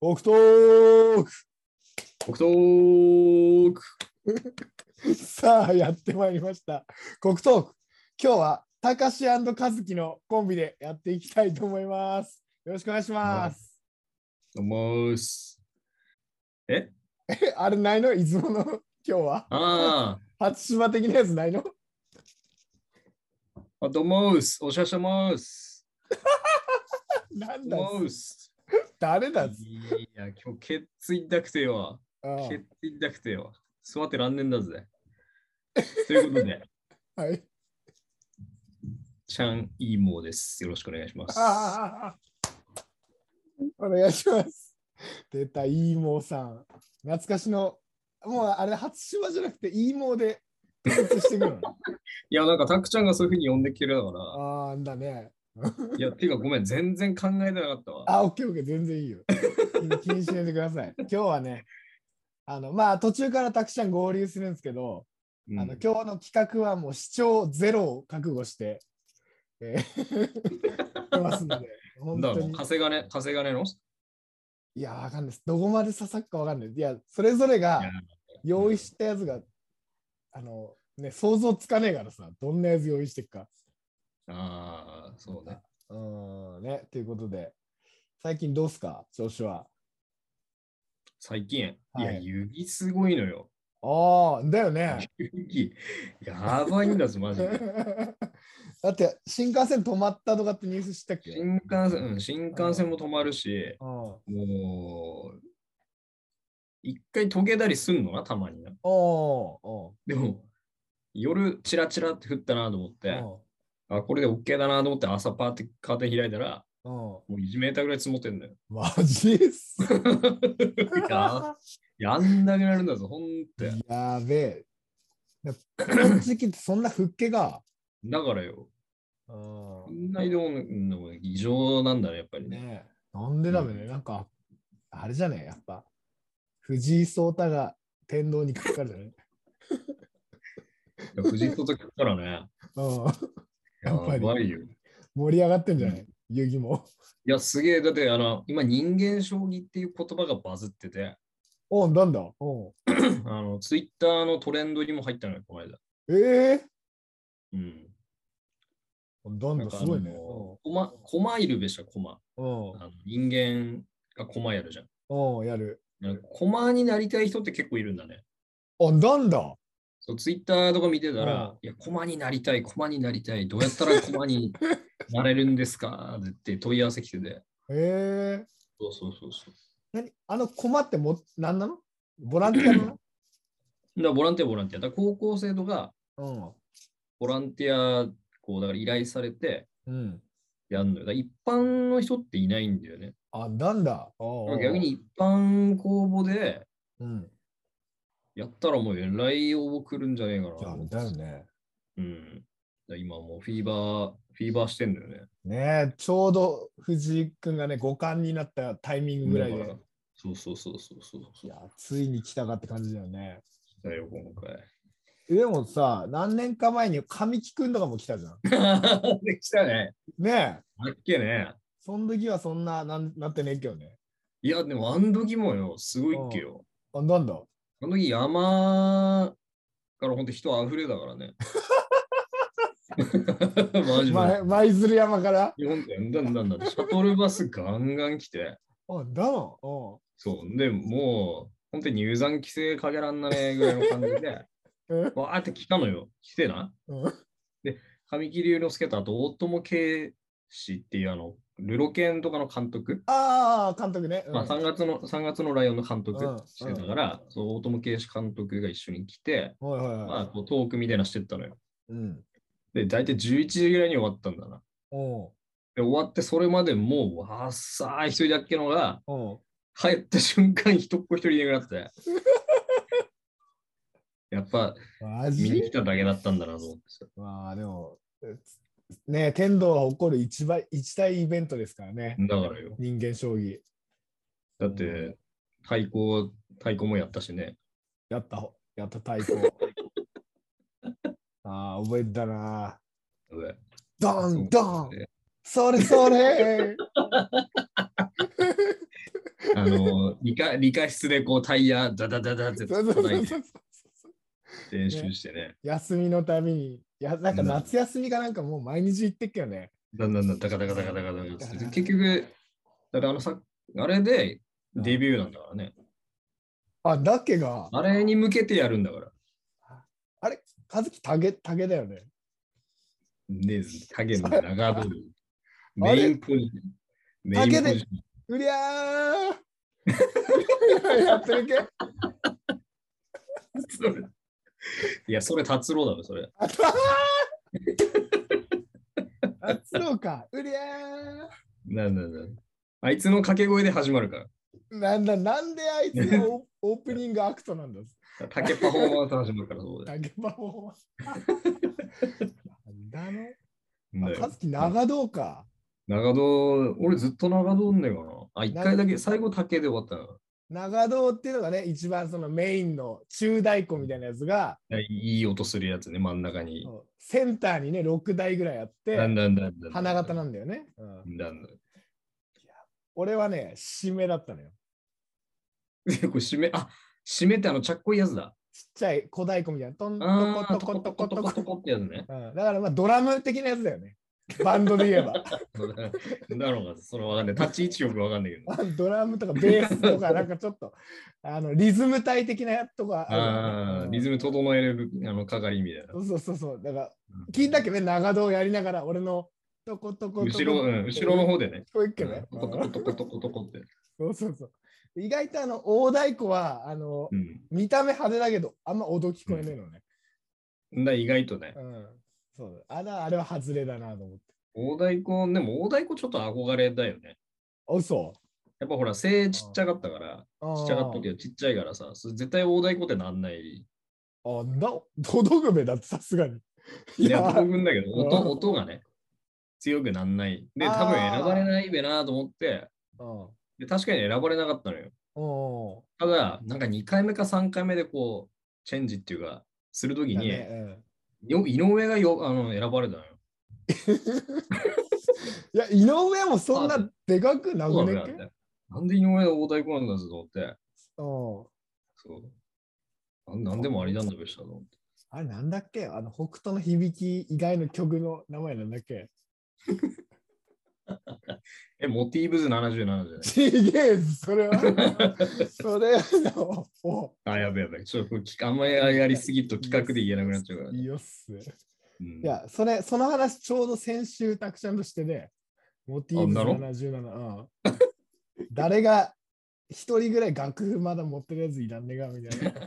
北東北東さあやってまいりました国東区。今日はたかし&かずきのコンビでやっていきたいと思います。よろしくお願いします。 どうもーす。 あれないの出雲の今日は初島的なやつないの？ どうもーす。おしゃしゃまーす。 なんだどうもーす。 誰だいや、今日ケッツ痛くてよ。ケッツ痛くてよ。座ってらんねんだぜ。ということで、 はい。 ちゃんいいもーです。よろしくお願いします。 お願いします。出た、いいもーさん。懐かしの、もうあれ、初島じゃなくて、いいもーで統一してくるの。 いや、なんか、たくちゃんがそういうふうに呼んできてるだから。 あんだね。 いや、てかごめん、全然考えてなかったわ。 オッケーオッケー、全然いいよ。気にしないでください。今日はね、途中からたくちゃん合流するんですけど、今日の企画はもう視聴ゼロを覚悟して、来ますので、本当に。 稼がねのいや、わかんないです。どこまで刺さるかわかんない。いや、それぞれが用意したやつが、想像つかねえからさ、どんなやつ用意してっか。 そうね。 ということで、最近どうすか、調子は。 最近、 はい、 いや、雪すごいのよ。 だよね。 雪、やばいんだぞ、マジで。 だって、新幹線止まったとかってニュース知ったっけ？ 新幹線も止まるし、もう、一回溶けたりすんのな、たまにな。でも、夜、チラチラって降ったなと思って、これで OK だなと思って、朝パーってカーテン開いたら、もう1メーターぐらい積もってんだよ。 マジっすやんなくなるんだぞ、ほんと。 やべえ。この時期ってそんなふっけが。 だからよ。そんな移動の異常なんだね、やっぱりね。 なんでだめね、なんか、あれじゃねえ、やっぱ。藤井聡太が天童にかかるじゃねえ。藤井聡太からね。 やっぱり。 やばいよ。 盛り上がってんじゃない、遊戯も。 いや、すげえ。だって、今、人間将棋っていう言葉がバズってて。 なんだ。 ツイッターのトレンドにも入ったのよ、この間。 うん。なんだ、すごいね。 駒いるべしゃ、駒。人間が駒やるじゃん。 やる。 駒になりたい人って結構いるんだね。 なんだ。 そう、ツイッターとか見てたら、いや、駒になりたい、駒になりたい、どうやったら駒になれるんですかって問い合わせ来てて。そうそう。 駒って何なの？ボランティアなの？ ボランティア。だ高校生とか、ボランティア、だから依頼されて、やるのよ。一般の人っていないんだよね。 なんだ。 逆に一般公募で、やったらもうえらい応募来るんじゃねえかな。 だよね。 今もうフィーバーしてんだよね。 ねえ、ちょうど藤井君がね、五冠になったタイミングぐらいで。 そう。 いや、ついに来たかって感じだよね。 来たよ、今回。 でもさ、何年か前に神木君とかも来たじゃん。 来たね。 ねえ。 あっけね。 その時はそんな、なってねえけどね。 いや、でもあの時もよ、すごいっけよ。 なんだ。 あの時山から本当人溢れだからね。マジで。 舞鶴山から。 シャトルバスガンガン来て。 そう。 で、もう、本当に入山規制かけらんなねぐらいの感じで、わーって来たのよ。来てな。で、神木隆之介とあと大友圭司っていうルロケンとかの監督。 監督ね。 3月のライオンの監督してたから、大友圭司監督が一緒に来て、トークみたいなしてったのよ。で、大体11時ぐらいに終わったんだな。で、終わってそれまでもうわっさー一人だっけのが、帰った瞬間一人いなくなって。やっぱ見に来ただけだったんだなと思ってさ。 でも、ね、天童が誇る一大イベントですからね。 だからよ。 人間将棋。 だって、太鼓もやったしね。 やった太鼓。覚えてたな。ドンドンそれ理科室でこうタイヤダダダダって叩いて練習してね。 休みのたびに、なんか夏休みかなんかもう毎日行ってっけどね。 だんだんダカダカダカダカダカって。結局、だからあれでデビューなんだからね。 あ、だっけが。 あれに向けてやるんだから。 あれ和樹タゲだよね。 ねタゲの長ドル。メインポジション。 タゲで、うりゃーやってるけいや、それ達郎だろ、それ。 達郎か。うりゃー。あいつの掛け声で始まるから。 なんであいつがオープニングアクトなんだ。 竹パフォーマンス始まるからそうだよ。 竹パフォーマンス。なんだろう。和樹長堂か。 長堂、俺ずっと長堂んねえかな。あ、一回だけ、最後竹で終わったな。 長堂っていうのがね、一番そのメインの中太鼓みたいなやつが、 いい音するやつね、真ん中に。 センターにね、6台ぐらいあって、花形なんだよね。俺はね、締めだったのよ。 これ締めってちゃっこいいやつだ。 ちっちゃい小太鼓みたいな。トントコトコトコトコトコってやつね。だからまあドラム的なやつだよね。バンドで言えば。 だろうが、それわかんない。立ち位置よくわかんないけど。 ドラムとかベースとか、なんかちょっとリズム体的なやつとかある、リズム整えれる係みたいな。 そう。だから聞いたっけね、長堂をやりながら、俺のトコトコトコ。 後ろの方でね。 こういっけね。 トコトコトコトコトコって。 そう。意外と大太鼓は見た目派手だけど、あんま音聞こえねえのね。 意外とね。 そうあれは外れだなと思って。 大太鼓、でも大太鼓ちょっと憧れだよね。 嘘。 やっぱほら、背ちっちゃかったから、ちっちゃかったけどちっちゃいからさ、絶対大太鼓ってなんない。 届くべだってさすがに。 いや、届くんだけど、音がね、強くなんない。で、多分選ばれないべなと思って、で確かに選ばれなかったのよ。ただ、なんか2回目か3回目でこう、チェンジっていうか、するときに、井上が選ばれたのよ。 いや、井上もそんなでかくなくねっけ？ なんで井上が大太鼓なんだぞと思って。なんでもありなんだべしたと思って。 あれなんだっけ？北斗の響き以外の曲の名前なんだっけ？ モティーブズ77じゃない？ ちげえ、それは。 やべ。ちょっとあんまりやりすぎると企画で言えなくなっちゃうから。 いいよっす。いや、その話ちょうど先週たくちゃんとしてで、モティーブズ77。誰が一人ぐらい楽譜まだ持ってるやついらんねがみたいな。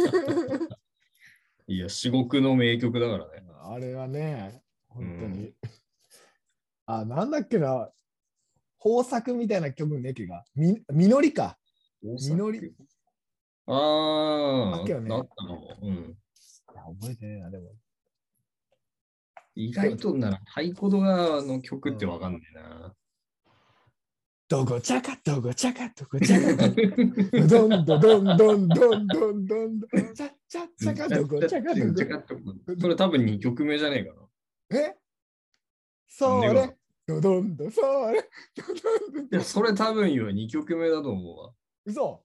いや、至極の名曲だからね。 あれはね、本当に。なんだっけな、豊作みたいな曲ねけが。実りか。実り。 だったの。 覚えてねえな、でも。 意外となら、太鼓ドアの曲ってわかんないな。 どごちゃか、どごちゃか、どごちゃか、どんどんどんどんどんどんどんどん、ちゃちゃちゃか、どごちゃか、どごちゃか。 それ多分2曲目じゃねえかな。それ、どどんどん、それ、 いや、それ多分2曲目だと思うわ。 嘘。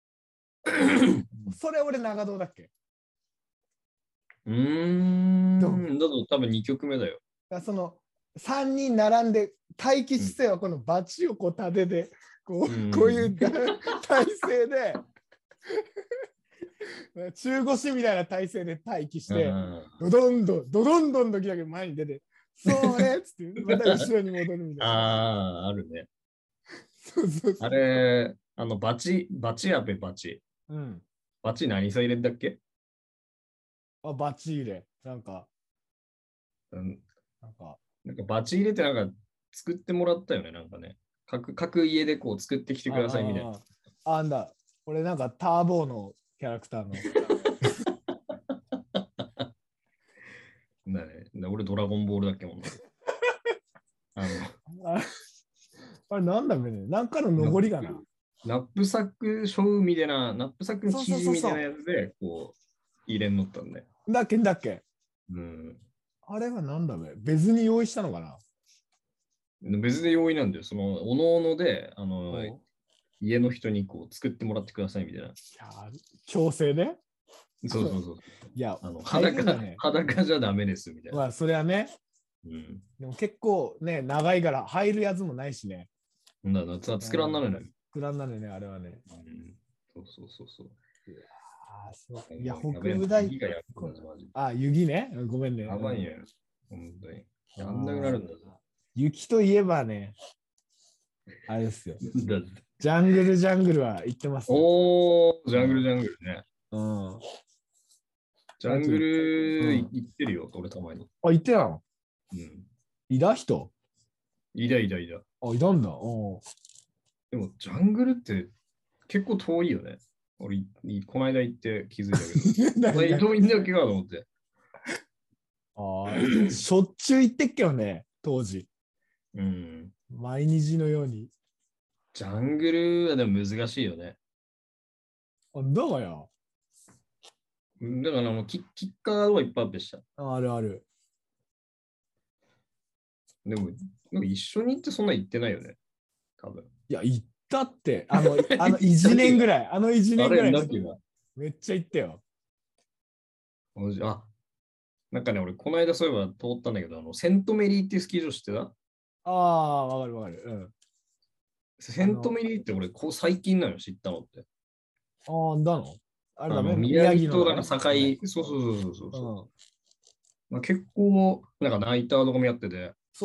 それ俺長堂だっけ？ だと多分2曲目だよ。 その3人並んで待機姿勢はこのバチをこう立てて、こういう体勢で中腰みたいな体勢で待機してドドンドンドキだけ前に出てそれっつってまた後ろに戻るみたいな。あるね。あれバチやべバチ。バチ何さ入れんだっけ？ バチ入れなんかバチ入れってなんか作ってもらったよね、なんかね。各家でこう作ってきてくださいみたいな。 あんだ、俺なんかターボーのキャラクターの。 俺ドラゴンボールだっけもんね。 あれなんだべね、なんかの上りがな。 ナップサックショーみたいな、ナップサックの生地みたいなやつでこう入れんのったんだよ。 だっけ。あれはなんだべ、別に用意したのかな？ 別で用意なんだよ。おのおので、 家の人にこう作ってもらってくださいみたいな。いや強制でそうそうそう。 いや、 裸じゃダメですみたいな。 まあ、それはね。 うん、 でも結構ね、長いから入るやつもないしね。 作らんなるね。 作らんなるね、あれはね。 そう。 いや、北部大。雪ね。ごめんね。 やばいよ。本当に。やんなくなるんだぞ。 雪といえばね、あれですよ。ジャングルは行ってます、 ね。おー、ジャングルね。 うん。 ジャングル行ってるよ、俺たまに。 あ、行ってたの？ うん。 いた人？ いた。あ、いたんだ。 でも、ジャングルって結構遠いよね。俺、この間行って気づいたけど。遠いんだっけかと思って。 しょっちゅう行ってっけどね、当時。 うん。 毎日のように。 ジャングルはでも難しいよね。 だからよ。 だからもうキッカーはいっぱいあってした。 ある。 でも一緒に行ってそんな行ってないよね。多分。 いや、行ったって。1年ぐらい。1年ぐらい。めっちゃ行ったよ。 なんかね、俺、この間そういえば通ったんだけど、セントメリーっていうスキー場知ってた？ わかる。うん。 セントメリーって俺、最近なの知ったのって。 だの？あれだね。 宮城となんか境、そう。まあ、結構、なんかナイターとかもやってて。 そう。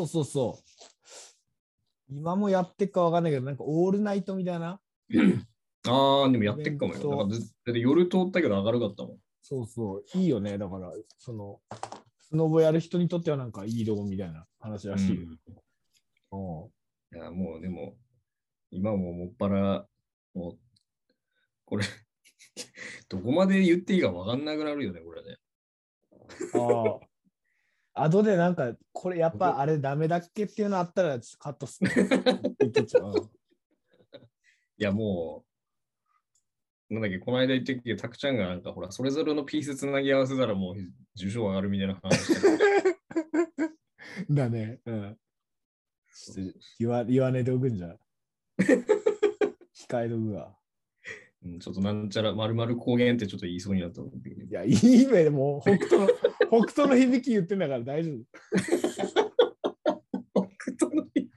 今もやってっかわかんないけど、なんかオールナイトみたいな。 でもやってっかもよ。なんか夜通ったけど明るかったもん。 そう。いいよね。だから、スノボやる人にとってはなんかいいとこみたいな話らしいよ。 いや、もうでも、今もっぱら、もう、これどこまで言っていいか分かんなくなるよね、これね。 後でなんか、これやっぱあれダメだっけっていうのあったらカットする。 いや、もう、なんだっけ、この間言ってっけど、たくちゃんがなんか、ほら、それぞれのピースつなぎ合わせたらもう受賞上がるみたいな話してだね。うん。言わねえでおくんじゃ。控えとくわ。 ちょっとなんちゃら、まるまる高原ってちょっと言いそうになったんだけど。 いや、いい目でもう北斗の響き言ってんだから大丈夫。 北斗の響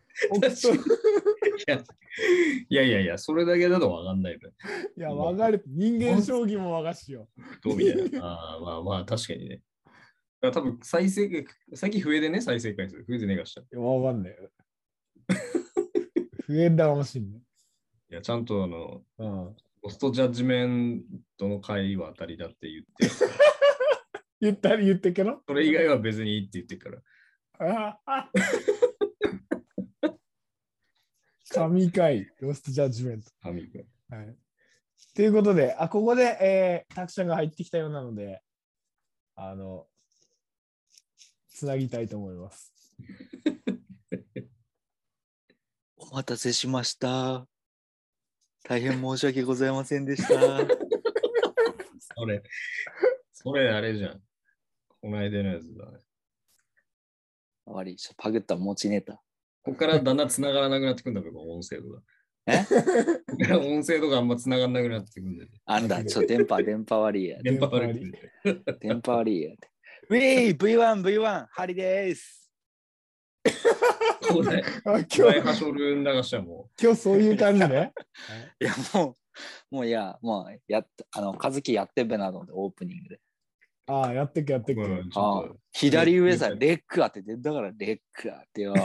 き。いや、それだけだと分かんないべ。 いや、分かる。人間将棋も分かっしよ。 どうみたいな。まあ、確かにね。多分最近増えでね、再生回数。増えてねえかした。 いや、分かんない。増えんだかもしんない。 いや、ちゃんとポストジャッジメントの回は当たりだって言って。 言ってけどそれ以外は別にいいって言ってから。 神回、ロストジャッジメント。 神回。 はい。ということで、ここで、たくちゃんが入ってきたようなので、つなぎたいと思います。 お待たせしました。大変申し訳ございませんでした。 それあれじゃん。この間のやつだね。 終わり、パグった持ちネタ。 ここからだんだん繋がらなくなってくんだけど、音声とか。音声とかあんま繋がらなくなってくんだよ。 あんだ、電波悪いや。 電波悪い。 電波悪いや。ウェイ !V1、ハリです。 今日はしょるんだがしたも今日そういう感じね。 いや、もう和樹やってべなので、オープニングで。 やってく。 左上さ、レックアって出たから、レックアってよ。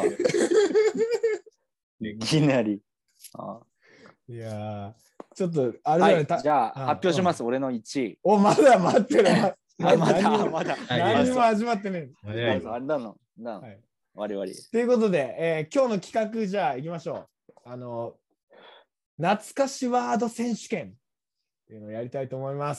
いきなり。 いやちょっと、あれだね。 じゃあ、発表します、俺の1位。 まだ待ってる。 まだ。 何も始まってねえ。あれだの。我々。 ということで、今日の企画じゃあ行きましょう。懐かしワード選手権っていうのをやりたいと思います。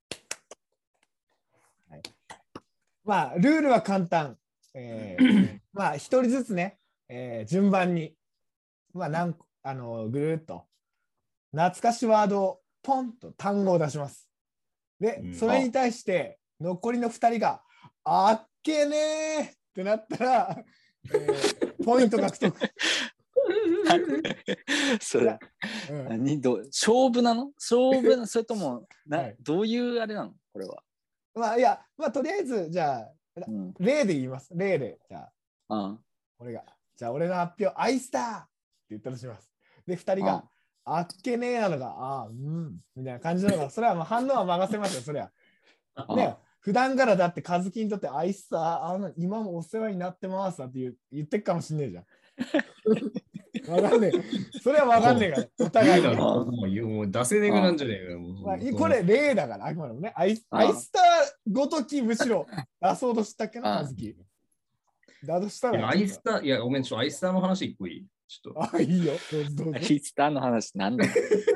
まあ、ルールは簡単。まあ、一人ずつね、順番に、まあ、ぐるっと、懐かしワードをポンと単語を出します。で、それに対して、残りの2人が、あっけねーってなったら、ポイント獲得。 それ、勝負なの？勝負それともどういうあれなのこれは。 まあいや、まあとりあえず、じゃあ、例で言います。例で、じゃあ、俺が、じゃあ俺の発表、アイスターって言ったとします。で、2人が、あっけねえなのが、みたいな感じなのが、それはもう反応は任せますよ、それは。ね、普段からだって、和樹にとってアイスター、今もお世話になってますって言ってっかもしんねえじゃん。わかんねえ。それはわかんねえから、お互いに。 もう出せねえくなんじゃねえか。これ例だから、あくまでもね。アイスターごときむしろ出そうとしたっけな、和樹。だとしたら。 アイスター、いや、ごめん、アイスターの話一個いい？ちょっと。 いいよ。どうぞ。 アイスターの話なんだ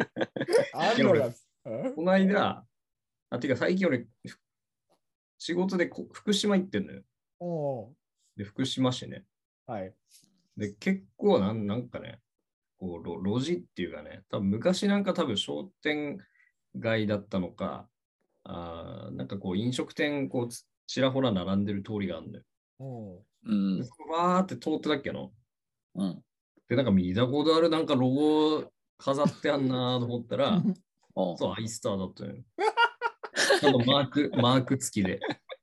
この間、てか最近俺、仕事で福島行ってんのよ。で、福島市ね。 はい。 で、結構なんかね、こう路地っていうかね、多分昔なんか商店街だったのか、なんかこう飲食店こうちらほら並んでる通りがあるんだよ。でそこわーって通ってたっけの。で、なんか見たことあるなんかロゴ飾ってあんなと思ったら、そう、アイスターだったよ。ちゃんとマーク付きで。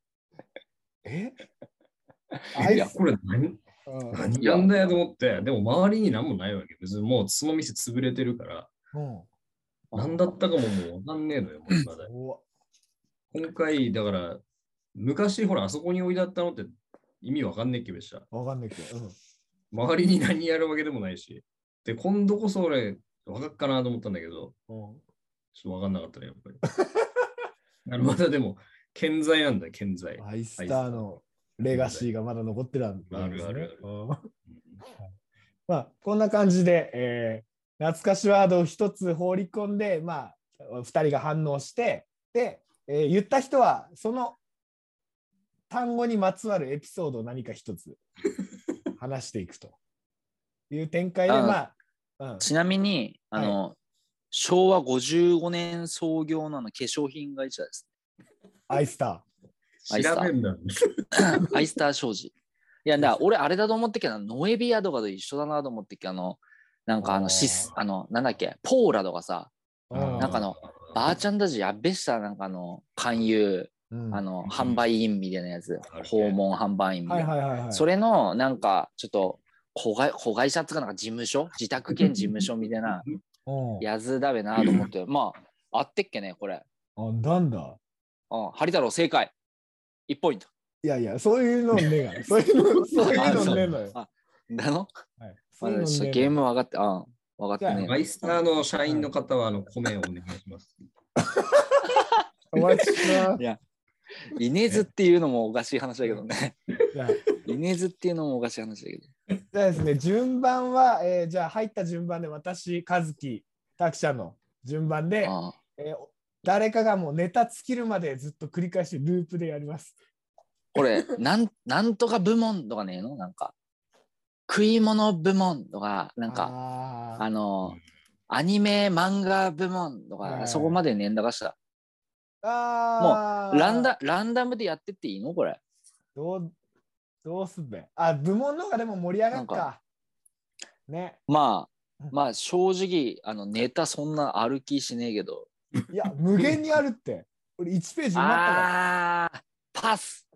いや、これ何なんだよと思って、でも周りに何もないわけ。別にもうその店潰れてるから、何だったかももうわかんねえのよ、もう今だ。今回、だから、昔ほら、あそこに置いてあったのって意味わかんねえっけでした。 わかんねえっけ。 周りに何やるわけでもないし。で、今度こそ俺、わかっかなと思ったんだけど、ちょっとわかんなかったね、やっぱり。まだでも、健在なんだよ、健在。 アイスターのレガシーがまだ残ってたんですね。ある。まあ、こんな感じで、懐かしワードを一つ放り込んで、まあ、2人が反応して、で、言った人は、その単語にまつわるエピソードを何か一つ話していくという展開で、 ちなみに、昭和55年創業の化粧品会社です。 アイスター。調べんだ。 アイスター商事。いや、俺あれだと思ってけど、ノエビアとかと一緒だなと思ってけど、なんかなんだっけ、ポーラとかさ、なんかばあちゃんたちやっべした、なんか勧誘、販売員みたいなやつ、訪問販売員みたいな。それの、なんか、ちょっと、子会社っていうか、なんか事務所、自宅兼事務所みたいなやつだべなと思って、まあ、あってっけね、これ。 なんだ。 ハリ太郎正解。1ポイント。 いやいや、そういうのねえが。そういうのねえのよ。 なの？ゲーム分かって、分かってね。 アイスターの社員の方は、コメンをお願いします。 お待ちします。 いや、イネズっていうのもおかしい話だけどね。イネズっていうのもおかしい話だけど。 じゃあですね、順番は、じゃあ入った順番で私、和樹、拓者の順番で、誰かがもうネタ尽きるまでずっと繰り返しループでやります。 これ、なんとか部門とかねえの？なんか、食い物部門とか、なんか、アニメ漫画部門とか、そこまで年だかした。もうランダムでやってっていいのこれ？ どうすんべ。部門の方がでも盛り上がるか。ね。 まあ正直ネタそんな歩きしねえけど。 いや無限にあるって。俺1ページになったから。 パス。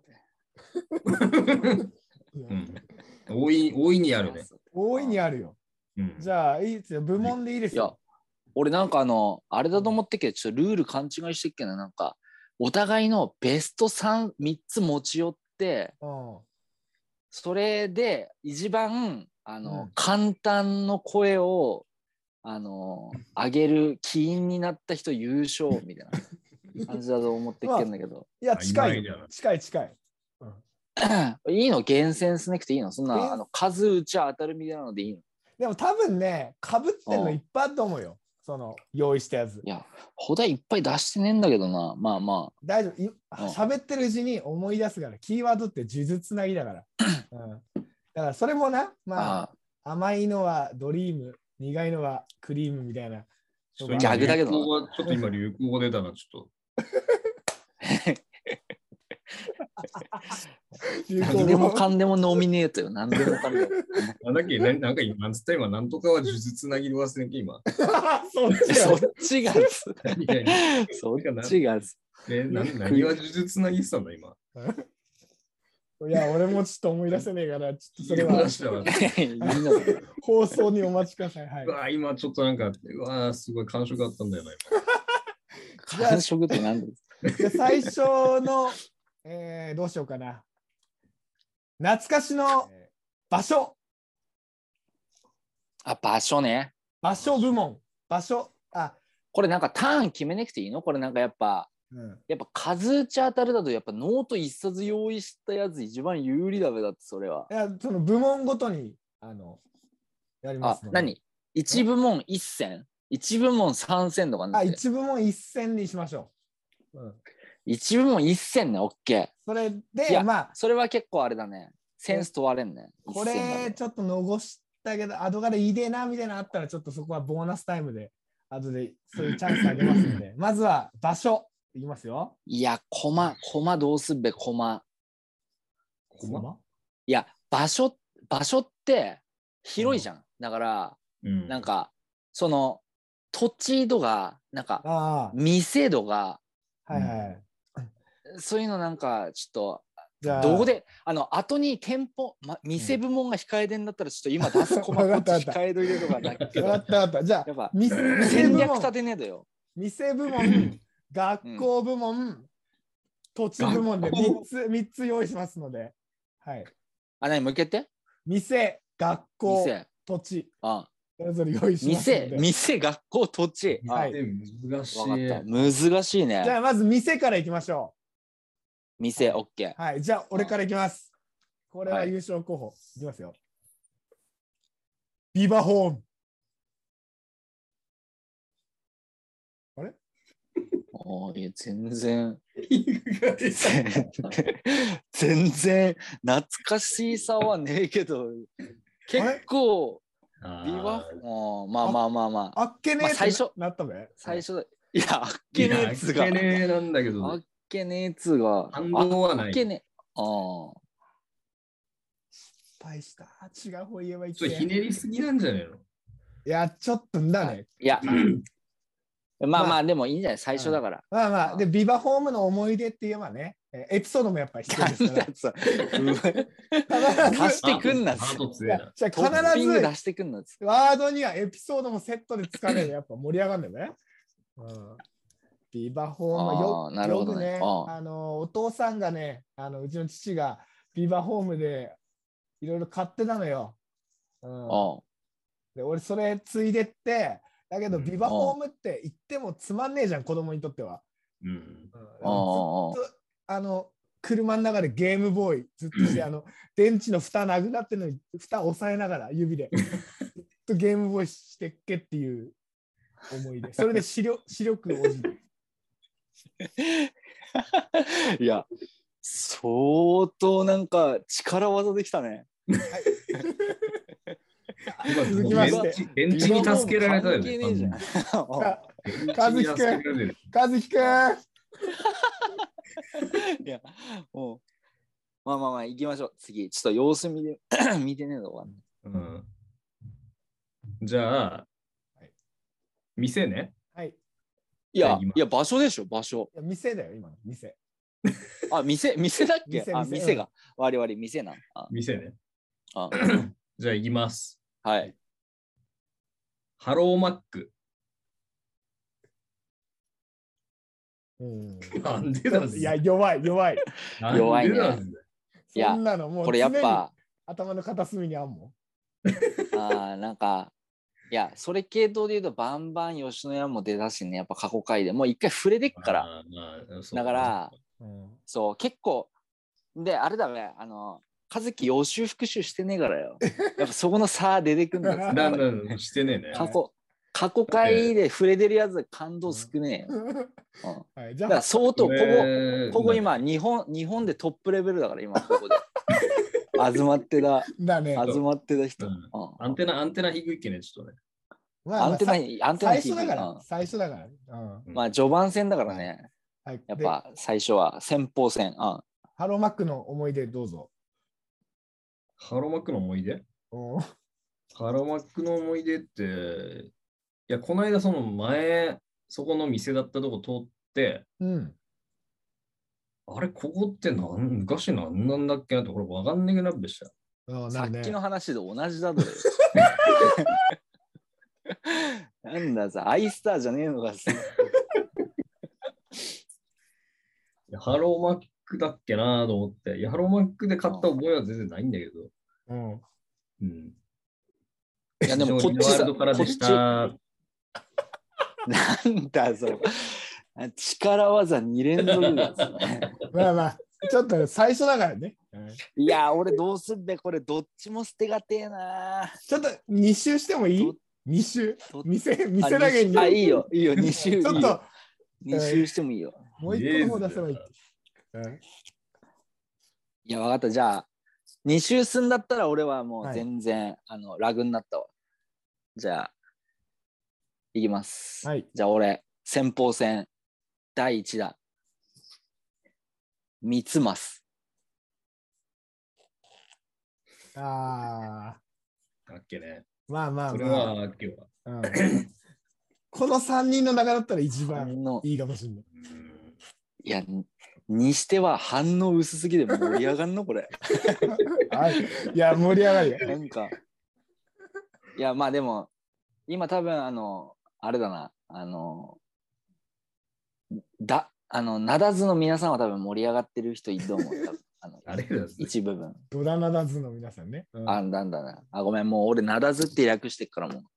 大いにあるね。 大いにあるよ。じゃあいいですよ。部門でいいですよ。 いや俺なんかあれだと思ってっけど、ちょっとルール勘違いしてっけど、なんかお互いのベスト3つ持ち寄って、それで一番簡単の声を上げる起因になった人優勝みたいな感じだと思ってっけんだけど。 いや近い。 いいの？厳選しなくていいの？そんな数打ち当たるみたいなのでいいの？ でも多分ね、かぶってんのいっぱいあると思うよ。その用意したやつ。 いや、ほだいっぱい出してねえんだけどな。まあまあ。 大丈夫。喋ってるうちに思い出すから、キーワードって数珠つなぎだから。だからそれもな、まあ、甘いのはドリーム、苦いのはクリームみたいな。 逆だけどちょっと今流行語出たな、ちょっと。 何でもかんでもノミネートよ。何でもかんでも。 なんだっけ、なんか今、なんつった今、なんとかは呪術つなぎで忘れんけ、今。 そっちがそっちが何は呪術つなぎしたんだ、今。 いや、俺もちょっと思い出せねえから、ちょっとそれは放送にお待ちください。はい、 うわ、今ちょっとなんか、うわ、すごい感触あったんだよな、今。 感触って何ですか？最初の、どうしようかな。懐かしの場所。 場所ね。 場所部門。場所。 これなんかターン決めなくていいの？これなんかやっぱ数打ち当たるだとやっぱノート一冊用意したやつ一番有利だべだってそれは。 いや、その部門ごとにやりますので。 何？一部門一戦？一部門三戦とかね。 一部門一戦にしましょう。 一部門一戦ね、オッケー。 それで、 それは結構あれだね。センス問われんね。 これちょっと残したけど、後からいいでなみたいなのあったら、ちょっとそこはボーナスタイムで、後でそういうチャンスあげますので、まずは場所。いきますよ。 いや、コマどうすっべ、コマ。いや、場所って広いじゃん。だから、なんか、その、土地度が、なんか、店度が、そういうのなんか、ちょっと、どこで、後に店舗、店部門が控えてんだったら、ちょっと今出すコマこっち控えと入れとかだけど。 わかった。じゃあ、 やっぱ、戦略立てねえだよ。 店部門、学校部門、土地部門で3つ用意しますので。はい。 何向けて？ 店、学校、土地。それぞれ用意しますので。 店、学校、土地。 はい。 難しい。 難しいね。 じゃあまず店からいきましょう。店、オッケー。 はい。じゃあ俺からいきます。これは優勝候補。いきますよ。ビバホーム。あれ？ いや全然懐かしさはねえけど結構ビバまああっけねえ最初なったべ最初だいやあっけねえつがあっけねえなんだけどあっけねえつが反応はないあっけね失敗した違う方言えばいいちょっとひねりすぎなんじゃないの？ いやちょっとんだねいやまあでもいいんじゃない最初だから。 まあでビバホームの思い出って言えばねエピソードもやっぱり必要ですから足してくんな必ず出してくんなワードにはエピソードもセットで使われるやっぱ盛り上がるんだよね。ビバホームよくねお父さんがねうちの父がビバホームでいろいろ買ってたのよ。で俺それついでってだけどビバホームって言ってもつまんねえじゃん子供にとっては。ずっと車の中でゲームボーイずっとして電池の蓋なくなってるのに蓋押さえながら指でずっとゲームボーイしてっけっていう思い出。それで視力をじる。 いや相当なんか力技できたね。 続きまして電池に助けられたよね。 和樹くんいやもうまあ行きましょう次ちょっと様子見てねえのかな。 じゃあ店ね。 はい。 いや場所でしょ場所。 店だよ今の店。 店だっけ？店が我々店な。 店ね。じゃあ行きます。 はい。 ハローマック。なんでだいや弱い。 弱いね。 そんなのもうこれやっぱ頭の片隅にあんもん。なんかいやそれ系統で言うとバンバン吉野家も出だしねやっぱ過去回でもう一回触れてっから。だからそう結構であれだね和樹予習復習してねえからよ。やっぱそこの差出てくんだよ。してねえね。 過去回で触れてるやつ感動少ねえよ。だから相当ここ今日本でトップレベルだから今ここで。集まってた人。 アンテナ低いっけねちょっとね。 アンテナ低い。最初だから。 まあ序盤戦だからね。やっぱ最初は先鋒戦。 ハローマックの思い出どうぞ。 ハローマックの思い出ハローマックの思い出って、いや、この間その前、そこの店だったとこ通って、あれ、ここって昔何なんだっけなって、これわかんねえなっべした。 さっきの話で同じだどれ。なんださ、アイスターじゃねえのかさ。 ハローマックだっけなと思って、いや、ハローマックで買った覚えは全然ないんだけど。 いや、でもこっちさ、 こっち。 なんだそれ。力技2連続ですね。 まあまあ、ちょっと最初だからね。 いや、俺どうすんべ、これどっちも捨てがてえな。 ちょっと2周してもいい ?2 周。店だけに。 いいよ、2周。 ちょっと 2周してもいいよ。 もう1個の方出せばいい。 いや、分かった。じゃあ、2周すんだったら俺はもう全然、ラグになったわ。じゃあ、いきます。じゃあ俺、先鋒戦、第1打。三つます。 あっけね。 まあまあまあ。 それはあっけは。 この3人の中だったら一番いいかもしれない。 いや、にしては反応薄すぎで盛り上がんのこれ。 はい。いや、盛り上がるよ。 なんか。いや、まあでも、今多分、あれだな、ナダズの皆さんは多分盛り上がってる人いると思う。 あれだ一部分。 ドダナダズの皆さんね。 なんだな。ごめん、もう俺ナダズって略してっからもう。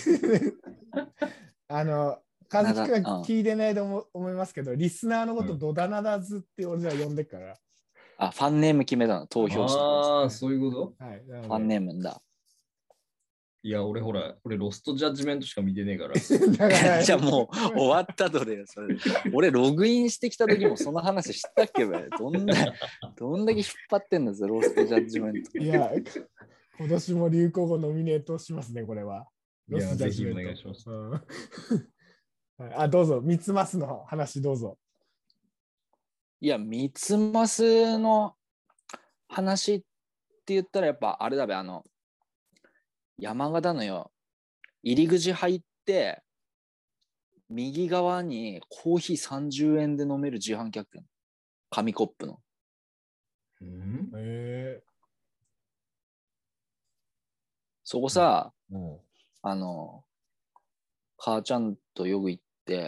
カズキ君は聞いてないと思いますけど、リスナーのことドダナダズって俺ら呼んでっから。 ファンネーム決めたの、投票して。 ああ、そういうこと？ はい。ファンネームだ。 いや、俺ロストジャッジメントしか見てねえから。 じゃあもう終わったどれよ、それ。俺ログインしてきた時もその話知ったっけべ。どんだけ引っ張ってんだぞ、ロストジャッジメント。 いや、今年も流行語ノミネートしますね、これは。 いや、ぜひお願いします。 どうぞ、三つマスの話どうぞ。 いや、三つマスの話って言ったらやっぱあれだべ、山形のよ、入り口入って、右側にコーヒー30円で飲める自販機あってん。紙コップの。そこさ、母ちゃんとよく行って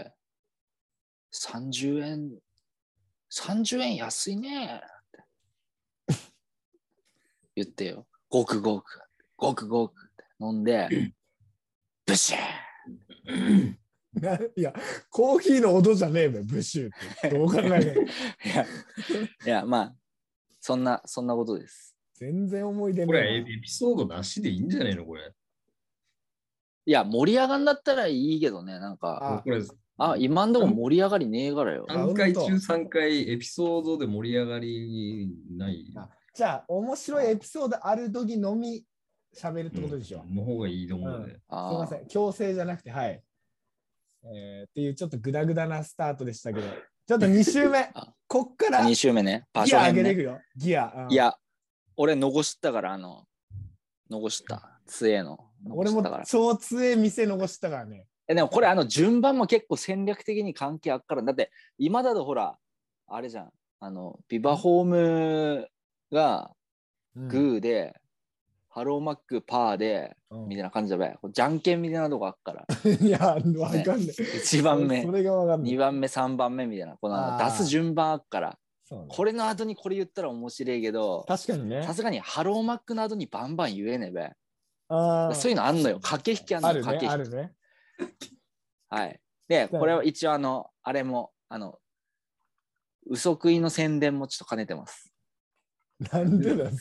、30円安いねって言ってよ。ごくごくって飲んで、ブシューいや、コーヒーの音じゃねえべ、ブシューって。どう考えても。 いや、まあ、そんなことです。 全然思い出ない。 これエピソードなしでいいんじゃねえのこれ。 いや、盛り上がんだったらいいけどね、なんか。今んとこ盛り上がりねえからよ。 3回中3回エピソードで盛り上がりない。 じゃあ、面白いエピソードある時のみ喋るってことでしょ。 の方がいいと思うね。 すいません、強制じゃなくて、はい。っていうちょっとグダグダなスタートでしたけど、ちょっと2週目、こっから 2週目ね、 ギア上げれるよ、ギア。 いや、俺残したから、残した。杖の。 俺も超杖店残したからね。 でもこれ順番も結構戦略的に関係あっから、だって今だとほら、あれじゃん、ビバホームがグーで、ハローマックパーで、みたいな感じだべ。じゃんけんみたいなとこあっから。 いや、わかんない。 1番目、 それがわかんない。 2番目、3番目みたいな。この出す順番あっから。これの後にこれ言ったら面白いけど、 確かにね。 さすがにハローマックの後にバンバン言えねえべ。そういうのあんのよ。駆け引きあんのよ。駆け引き。 あるね。 はい。で、これは一応あれも、嘘食いの宣伝もちょっと兼ねてます。 なんでだ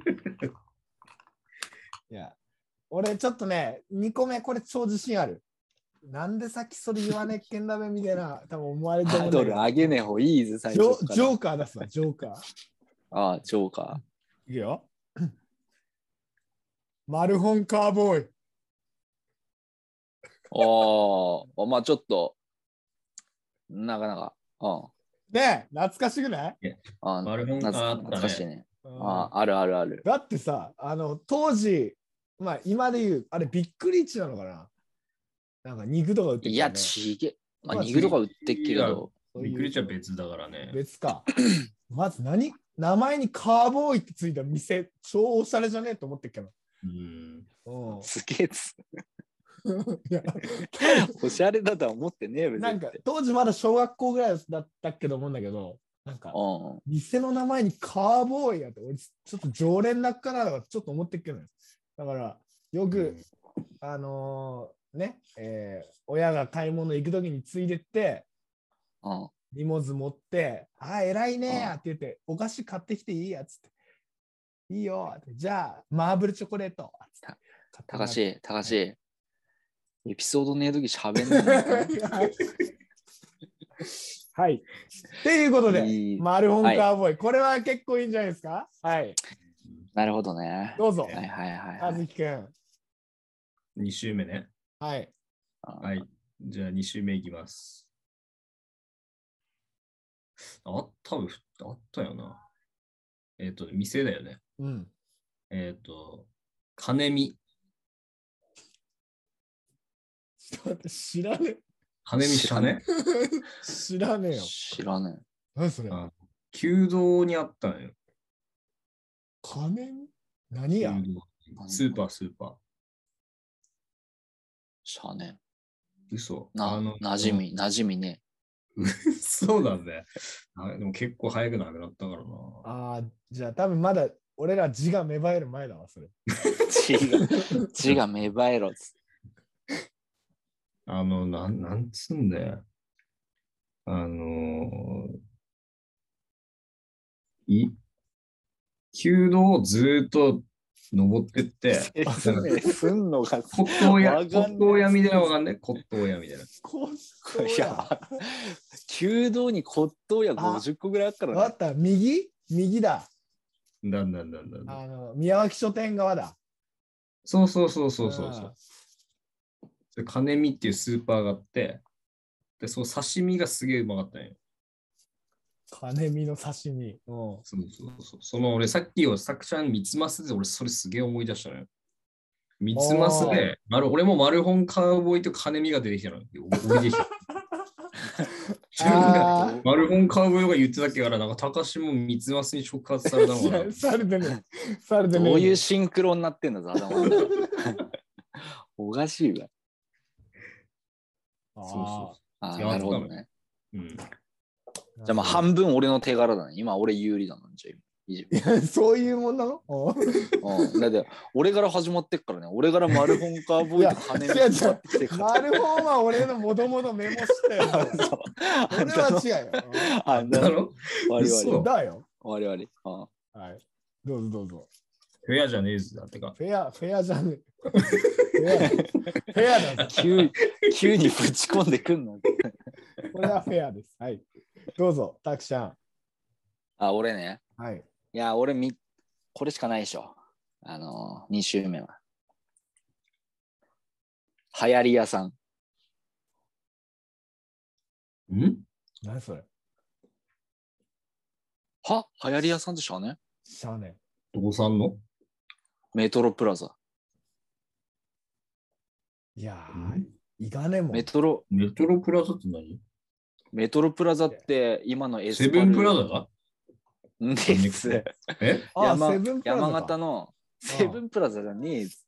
いや、俺ちょっとね、2個目これ超自信ある。なんでさっきそれ言わねっけんだべみたいな、多分思われてる。 ハードル上げねえ方いいぜ、最初から。 ジョーカー出すわ、ジョーカー。 ジョーカー。いくよ。マルホンカーボーイ。 まあちょっと、なかなか。 ねえ、懐かしくない？ 懐かしいね。あるあるある。 だってさ、当時、まあ今で言う、あれびっくり値なのかな？なんか肉とか売ってる、ね。 いや、ちげ。まあ、肉とか売ってっけど。 びっくり値は別だからね。 別か。まず名前にカーボーイってついた店、超おしゃれじゃねえと思ってっけど。 すげえおしゃれだとは思ってねえよ。 なんか当時まだ小学校ぐらいだったっけど思うんだけど、なんか店の名前にカーボーイやって、俺ちょっと常連なっかなとかちょっと思ってっけど、だからよく、親が買い物行くときについでって、荷物持って、偉いねーって言って、お菓子買ってきていいやつって。いいよって。じゃあ、マーブルチョコレート。 高し、エピソードねえとき喋んない。 はい。っていうことで、マルホンカーボーイ、これは結構いいんじゃないですか？はい。 なるほどね。 どうぞ。 あずきくん。 2週目ね。 はい。 はい。じゃあ2週目いきます。多分あったよな。店だよね。金見。 ちょっと待って、知らねえ。 金見知らねえ知らねえよ。 知らねえ。 何それ？ 弓道にあったのよ。 金見？何や？ スーパー。 知らねえ。嘘。 なじみね。 そうなんだよ。でも結構早くなくなったからな。じゃあ多分まだ俺ら字が芽生える前だわ、それ。 字が芽生えろっつ。 なんつんだよ。弓道をずっと登ってって、 すんのが骨董屋みたいなのわかんない？骨董屋みたいな。 いや、弓道に骨董屋50個ぐらいあったからね。 あった、右だ。宮脇書店側だ。 そう。金見っていうスーパーがあって、で、その刺身がすげえうまかったね。 金見の刺身。 そう。俺さっきさくちゃん三つマスで俺それすげえ思い出したのよ。三つマスで、俺もマルホンカーボーイと金見が出てきたの。覚えてきた。マルホンカーボーイが言ってたっけから、なんか高橋も三つマスに触発されたのかな。 されてね。 どういうシンクロになってんだぞ、頭の。おかしいわ。なるほどね。じゃあまあ半分俺の手柄だね。今俺有利だな。じゃあそういうもんなの？ だって俺から始まってっからね。俺からマルホンカーボーイと金見使ってきてから。マルホンは俺のもともとメモしてよ。俺は違うよ。だよ。 我々。 はい。どうぞ。 フェアじゃねえずだってか。 フェアじゃねえ。フェアだぞ。 急にぶち込んでくんの。 これはフェアです。はい。どうぞ、たくちゃん。 俺ね。 はい。 いや、これしかないでしょ。2週目は。流行り屋さん。 何それ？ 流行り屋さんって知らね？ 知らねえ。 どこさんの？ メトロプラザ。 いやー、いかねえもん。 メトロプラザって何？ メトロプラザって今のエスパル。セブンプラザが？ です。山形のセブンプラザじゃねえぞ。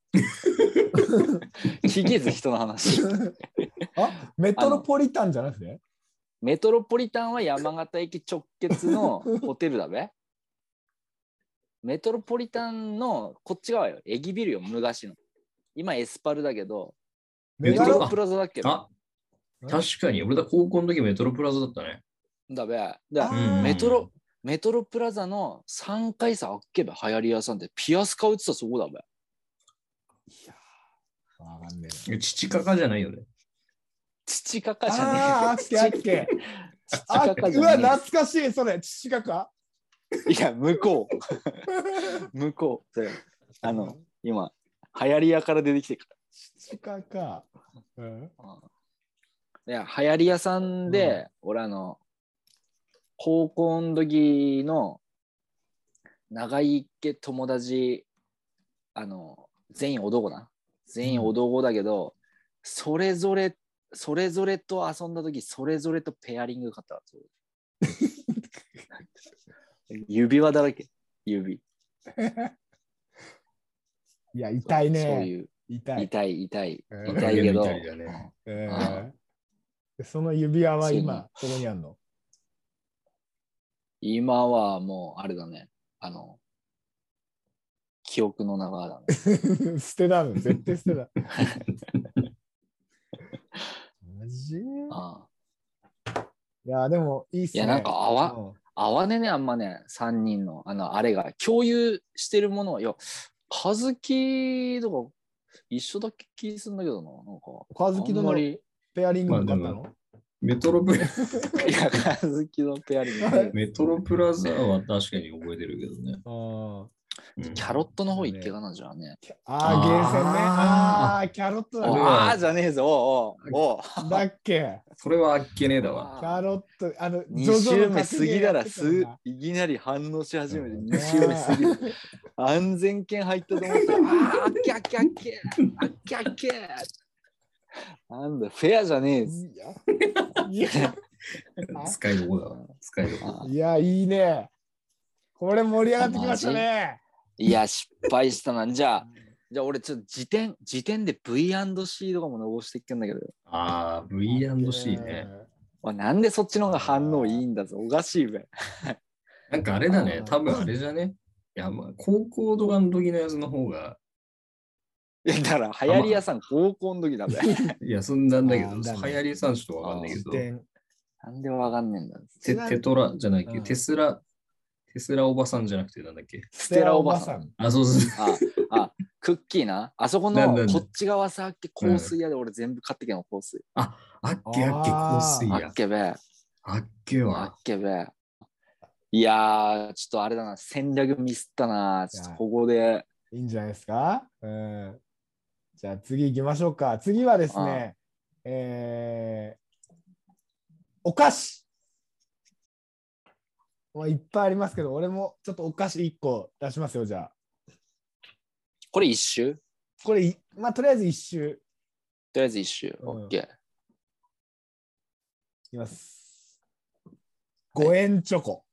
聞けず人の話。 メトロポリタンじゃなくて？ メトロポリタンは山形駅直結のホテルだべ。メトロポリタンのこっち側よ。エギビルよ、昔の。今エスパルだけど、メトロプラザだっけど。 確かに、俺だ高校の時メトロプラザだったね。 だべ。メトロプラザの3階さあっけば流行り屋さんでピアス買うってたそこだべ。 いやー、わかんねえ。父かかじゃないよね。 父かかじゃねえ。 あっけ。うわ、懐かしい、それ、父かか。 いや、向こう。それ今、流行り屋から出てきてるから。 父かか。 いや、流行り屋さんで、俺高校の時の長いけ友達、全員男な。全員男だけど、それぞれと遊んだ時、それぞれとペアリング買った。指輪だらけ。指。 いや、痛いね。 そういう。 痛いけど。 その指輪は今、どこにあるの？ 今はもう、あれだね。記憶の中だね。捨てだの、絶対捨てだ。マジ？いや、でもいいっすね。 いや、なんか合わねね、あんまね、3人の、あれが、共有してるものは、いや、和樹とか一緒だっけ気するんだけどな。なんか、 和樹のペアリング買ったの？ メトロプラザいや、和樹のペアリング。 メトロプラザは確かに覚えてるけどね。 キャロットの方行けかなじゃあね。 ゲーセンね。キャロットだね。じゃねえぞ。 だっけ？ それはあっけねえだわ。 キャロット、 2周目過ぎたらいきなり反応し始めて、2周目過ぎる。安全圏入ったと思ったら、あっけ。なんだ、フェアじゃねえぞ。 使いどこだわ。 いや、いいね。これ盛り上がってきましたね。 いや、失敗したな。じゃあ俺ちょっと時点で V&C とかも残していくんだけど。 V&C ね。 なんでそっちの方が反応いいんだぞ。おかしいべ。 なんかあれだね。多分あれじゃね。いや、まあ、高校とかの時のやつの方が。 いや、だから流行り屋さん高校の時だべ。 いや、そんなんだけど、流行り屋さんちょっとわかんないけど。 なんでわかんねえんだ。 テトラじゃないけど、テスラおばさんじゃなくてなんだっけ？ ステラおばさん。 そう。 クッキーな。あそこのこっち側さっき香水屋で俺全部買ってきたの香水。 あっけ香水屋。 あっけべ。 あっけは。 あっけべ。いやー、ちょっとあれだな。戦略ミスったな。ちょっとここで。 いいんじゃないですか？じゃあ次行きましょうか。次はですね、お菓子。いっぱいありますけど、俺もちょっとお菓子1個出しますよ、じゃあ。 これ1周？ これ、とりあえず1周。 とりあえず1周。OK。いきます。5円チョコ。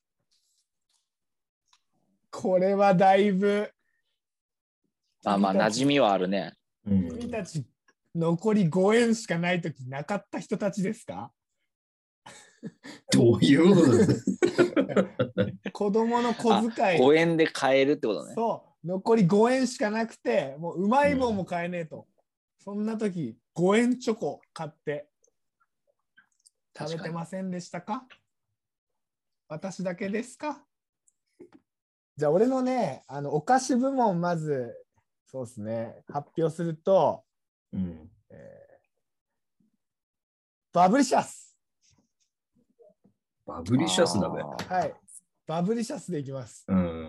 これはだいぶ。 馴染みはあるね。 君たち、残り5円しかないときなかった人たちですか？ どういうことですか？子供の小遣い。 5円で買えるってことね。 そう。残り5円しかなくて、もううまい棒も買えねえと。そんなとき、5円チョコ買って食べてませんでしたか？私だけですか？じゃあ俺のね、お菓子部門まず、そうですね、発表すると、バブリシャス。 バブリシャスだべ。 はい。バブリシャスでいきます。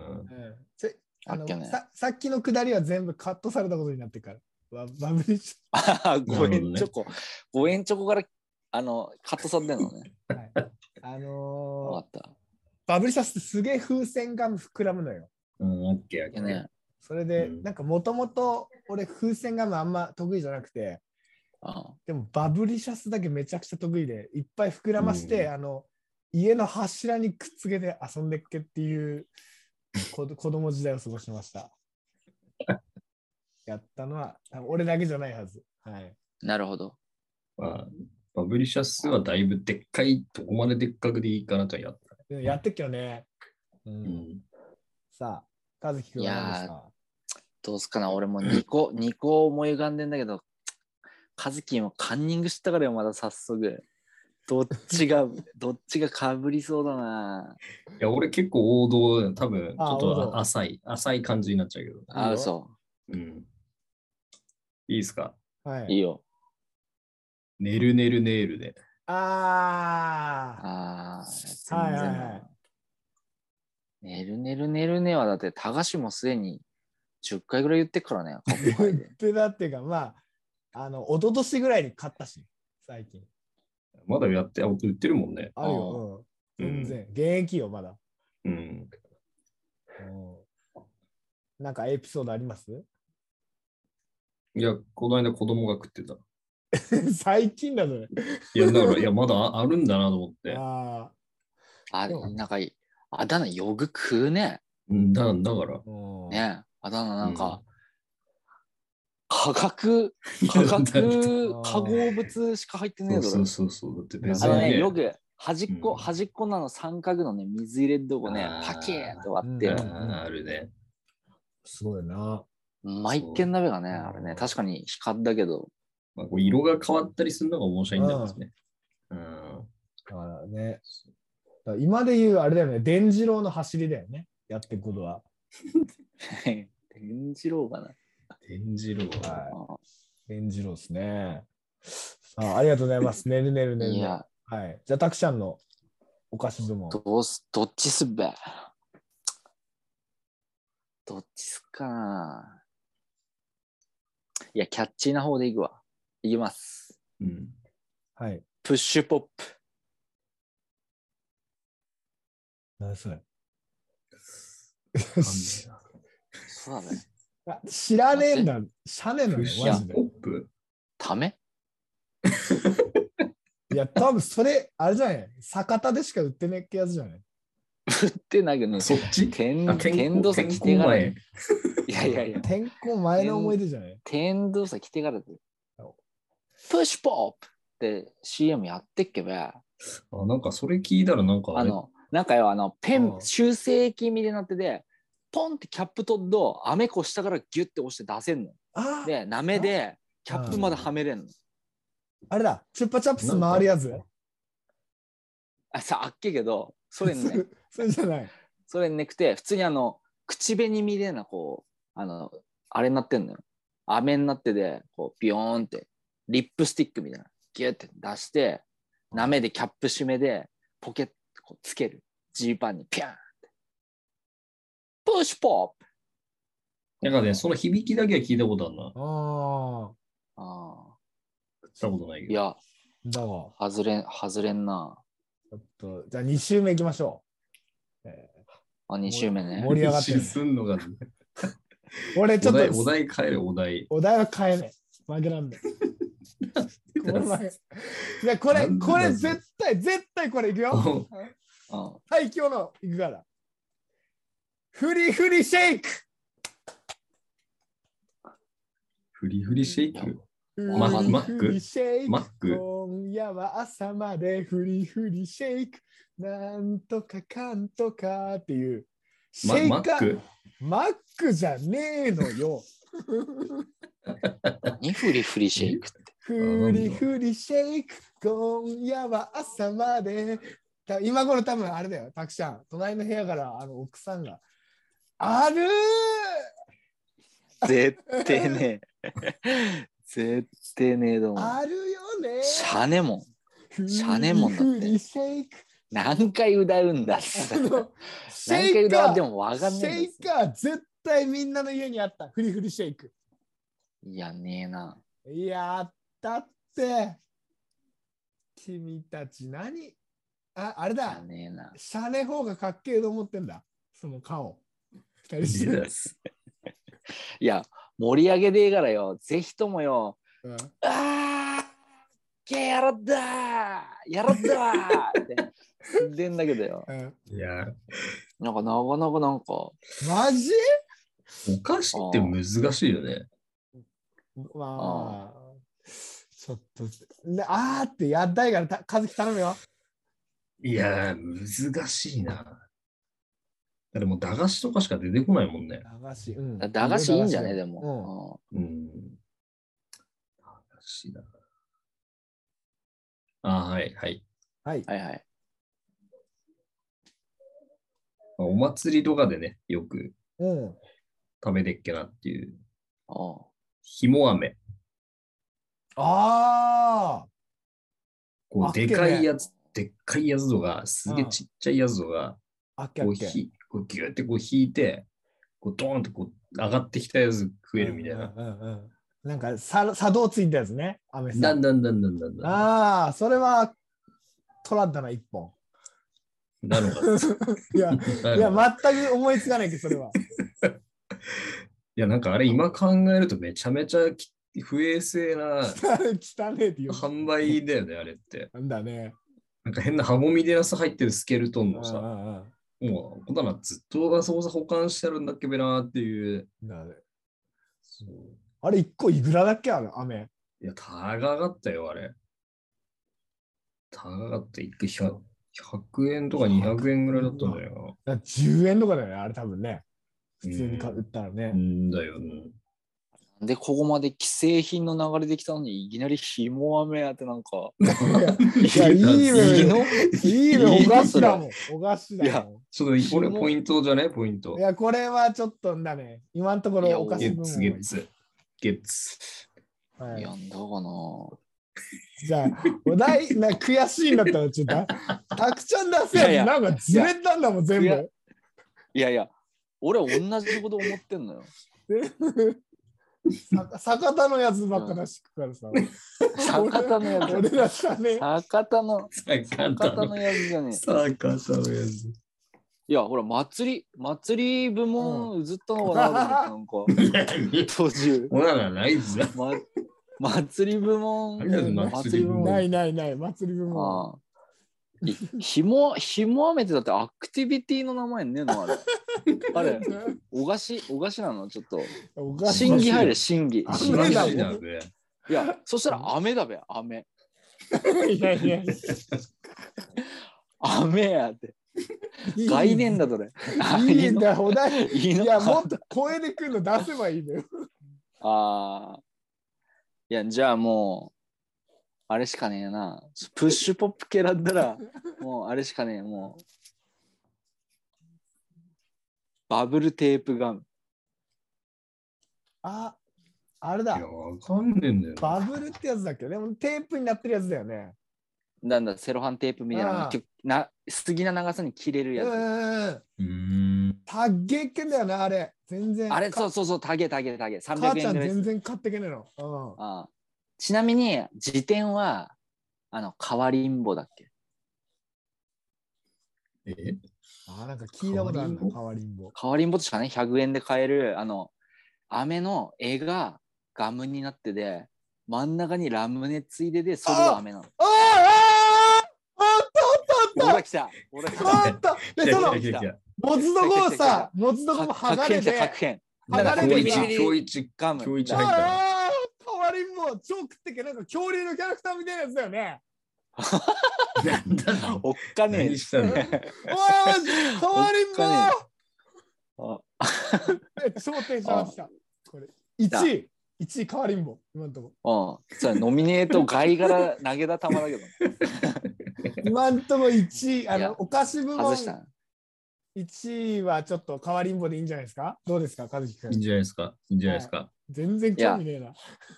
さっきのくだりは全部カットされたことになってから。バブリシャス。 5円チョコ。5円チョコからカットされてるのね。 はい。バブリシャスってすげえ風船ガム膨らむのよ。それで、なんかもともと俺風船ガムあんま得意じゃなくて、でもバブリシャスだけめちゃくちゃ得意で、いっぱい膨らまして、家の柱にくっつけて遊んでっけっていう子供時代を過ごしました。やったのは俺だけじゃないはず。はい。 なるほど。 バブリシャスはだいぶでっかい、どこまででっかくでいいかなとやった。 やってっけどね。さあ、和樹君は何ですか？ どうすかな、俺も2個思い浮かんでんだけど、和樹もカンニングしたからよ、まだ早速。どっちがかぶりそうだな。 いや、俺結構王道、多分ちょっと浅い感じになっちゃうけど。 そう。 いいですか？ はい。 いいよ。 ねるねるねーるで。 全然。ねるねるねるねはだって、高橋もすでに10回ぐらい言ってっからね。 言ってたっていうか、一昨年ぐらいに買ったし、最近。 まだ売ってるもんね。 あるよ。 全然。現役よ、まだ。 うん。 なんかエピソードあります？ いや、この間子供が食ってた。 最近だね。 いや、だから、いや、まだあるんだなと思って。 なんか、あだ名よく食うね。 だから。 ね、あだ名なんか、化学化合物しか入ってねえぞ。 そう。だって別にね。 よく端っこなの三角のね、水入れるとこね、パキーンと割って。 あるね。 すごいな。 マイケン鍋がね、あれね、確かに光ったけど。 まあ、こう色が変わったりするのが面白いんだよね。 だからね。今で言うあれだよね、伝次郎の走りだよね、やっていくことは。 伝次郎かな。 伝次郎。 伝次郎ですね。ありがとうございます。ねる。いや。はい。じゃあ、たくちゃんのお菓子部門。 どっちすっべ。どっちすっかな。いや、キャッチーな方でいくわ。いきます。 はい。 プッシュポップ。 何それ。 そうだね。 知らねえんだ。シャネなの、マジで。 ためいや、多分それ、あれじゃない。酒田でしか売ってねえってやつじゃない。 売ってないけど、 そっち天童さ来てから。いや。 天候前の思い出じゃない。 天童さ来てからで。プッシュポップって CM やってっけば。 なんかそれ聞いたらなんかなんかよ、ペン、修正器みたいになってて、ポンってキャップ取ると、アメコ下からギュッて押して出せんの。で、なめで、キャップまではめれんの。 あれだ、チュッパチャップス回るやつあっけけど、それね。 それじゃない。 それねくて、普通に口紅みたいな、あれになってんのよ。飴になってて、ビヨーンって、リップスティックみたいな、ギュッて出して、なめでキャップ締めで、ポケットつける。ジーパンにピャーンって。プッシュポップ。 なんかね、その響きだけは聞いたことあるな。したことないけど。 いや、外れんな。 ちょっと、じゃあ2週目いきましょう。2週目ね。 盛り上がってる。 すんのが、ね、 俺ちょっと。 お題変える、お題。 お題は変えねえ。負けなんだ。いや、これ絶対これいくよ。最強のいくから。フリフリシェイク。 フリフリシェイク。 マック。今夜は朝までフリフリシェイク。なんとかかんとかっていう。 シェイカー。 マックじゃねえのよ。 何フリフリシェイクって。 フリフリシェイク。今夜は朝まで。今頃多分あれだよ、たくちゃん。隣の部屋から奥さんが。あるー絶対ねえ。絶対ねえども。 あるよね。 シャネモンだって。何回歌うんだって。何回歌っても分かんない。 シェイカー絶対みんなの家にあった。フリフリシェイク。 いやねえな。 やったって。君たち何あれだ。 ねえな。 シャネ方がかっけえと思ってんだ。その顔。二人してる。 いや、盛り上げでいいからよ。ぜひともよ。やらったって言んだけどよ。 いや。 なんかなかなかなんか。 マジ？ お菓子って難しいよね。 まあ。ちょっと、ってやったいから、和樹頼むよ。 いや難しいな。でも駄菓子とかしか出てこないもんね。駄菓子いいんじゃねでも。駄菓子だ。はいはい。 はいはいはい。 お祭りとかでね、よく食べてっけなっていう。ひも飴。こうでかいやつとか、すげえちっちゃいやつとか、こうギュってこう引いて、こうドーンとこう上がってきたやつ食えるみたいな。 なんか作動ついたやつね、飴さん。 だん。 それはトラッダな一本。 なのか。 いや、全く思いつかないけど、それは。 いや、なんかあれ今考えるとめちゃめちゃ不衛生な汚ねえっていう販売だよね、あれって。 なんだね。 なんか変なハモミデラス入ってるスケルトンのさ、もう、こんなのずっとガソー保管してあるんだっけべなーっていう。 だね。あれ1個いくらだっけあれ、飴。 いや、高かったよ、あれ。高かった。100円とか200円ぐらいだったんだよな。10円とかだよね、あれ多分ね。普通に売ったらね。 だよね。 で、ここまで既製品の流れできたのに、いきなりひも飴やってなんか。 いや、いいね、お菓子だもん。お菓子だもん。いや、 ちょっとこれポイントじゃねポイント。 いや、これはちょっとだね。今のところお菓子部門。 ゲッツ。 いや、んだかな。 じゃあ、お題、悔しいんだったら、ちょっと、たくちゃん出すやつ、なんかずれたんだもん、全部。 いやいや、俺同じこと思ってんのよ。 坂田のやつばっか出してくからさ。 坂田のやつ。 俺らさね。 坂田のやつじゃねえ。 坂田のやつ。 いや、ほら、祭り部門ずっとのかなと思って、なんか、途中。 ほらないじゃん。 祭り部門。 ない、祭り部門。 ひも飴ってだってアクティビティの名前ねえのあれ。あれ、お菓子なのちょっと。審議入れ、審議。いや、そしたら飴だべ、飴。 いや。 飴やって。概念だとね。 いいんだ、お題。いや、もっと声でくるの出せばいいのよ。 いや、じゃあもう、あれしかねえな。プッシュポップ系だったら、もうあれしかねえ。もう。バブルテープガム。 あれだ。 いや、わかんねえんだよ。 バブルってやつだっけど、でもテープになってるやつだよね。 なんだ、セロハンテープみたいな、好きな長さに切れるやつ。 たっげっけんだよな、あれ。全然。 あれ、そう、たげ。300円ぐらい。 母ちゃん全然買ってけねえの。 ちなみに、辞典は、変わりんぼだっけ？ なんか聞いたことあるな、変わりんぼ。 変わりんぼとしかね、100円で買える、飴の絵がガムになってて、真ん中にラムネついでで、それが飴なの。 あった来たで、その、持つとこをさ、持つとこも剥がれて、 剥がれて、 今日ガム。今日入った。 変わりんぼ、超食ってけ、なんか恐竜のキャラクターみたいなやつだよね。 なんだろう。 おっかねえ。 何したの？ 変わりんぼ。超テンション上がってきた。これ1位変わりんぼ、今んとこ。 それノミネート外から投げた球だけど。 今んとこ1位、お菓子部門1位はちょっと変わりんぼでいいんじゃないですか？どうですか、和樹くん。 いいんじゃないですか。いいんじゃないですか。 全然興味ねえな。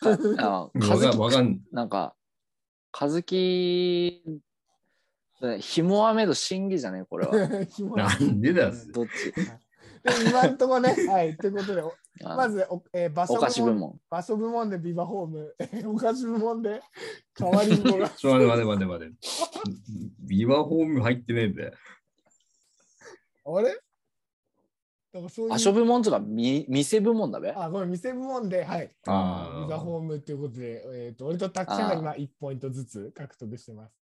なんか、和樹、ひも飴と審議じゃねえ、これは。 なんでだよ。 どっち？ 今んとこね、はい、ということで、まず、場お菓子部門。 場所部門でビバホーム、お菓子部門で変わりんぼが。 待て。ビバホーム入ってねえんだよ。 あれ？ 場所部門とか店部門だべ？ これ店部門で、はい。ビバホームということで、俺とたくちゃんが今1ポイントずつ獲得してます。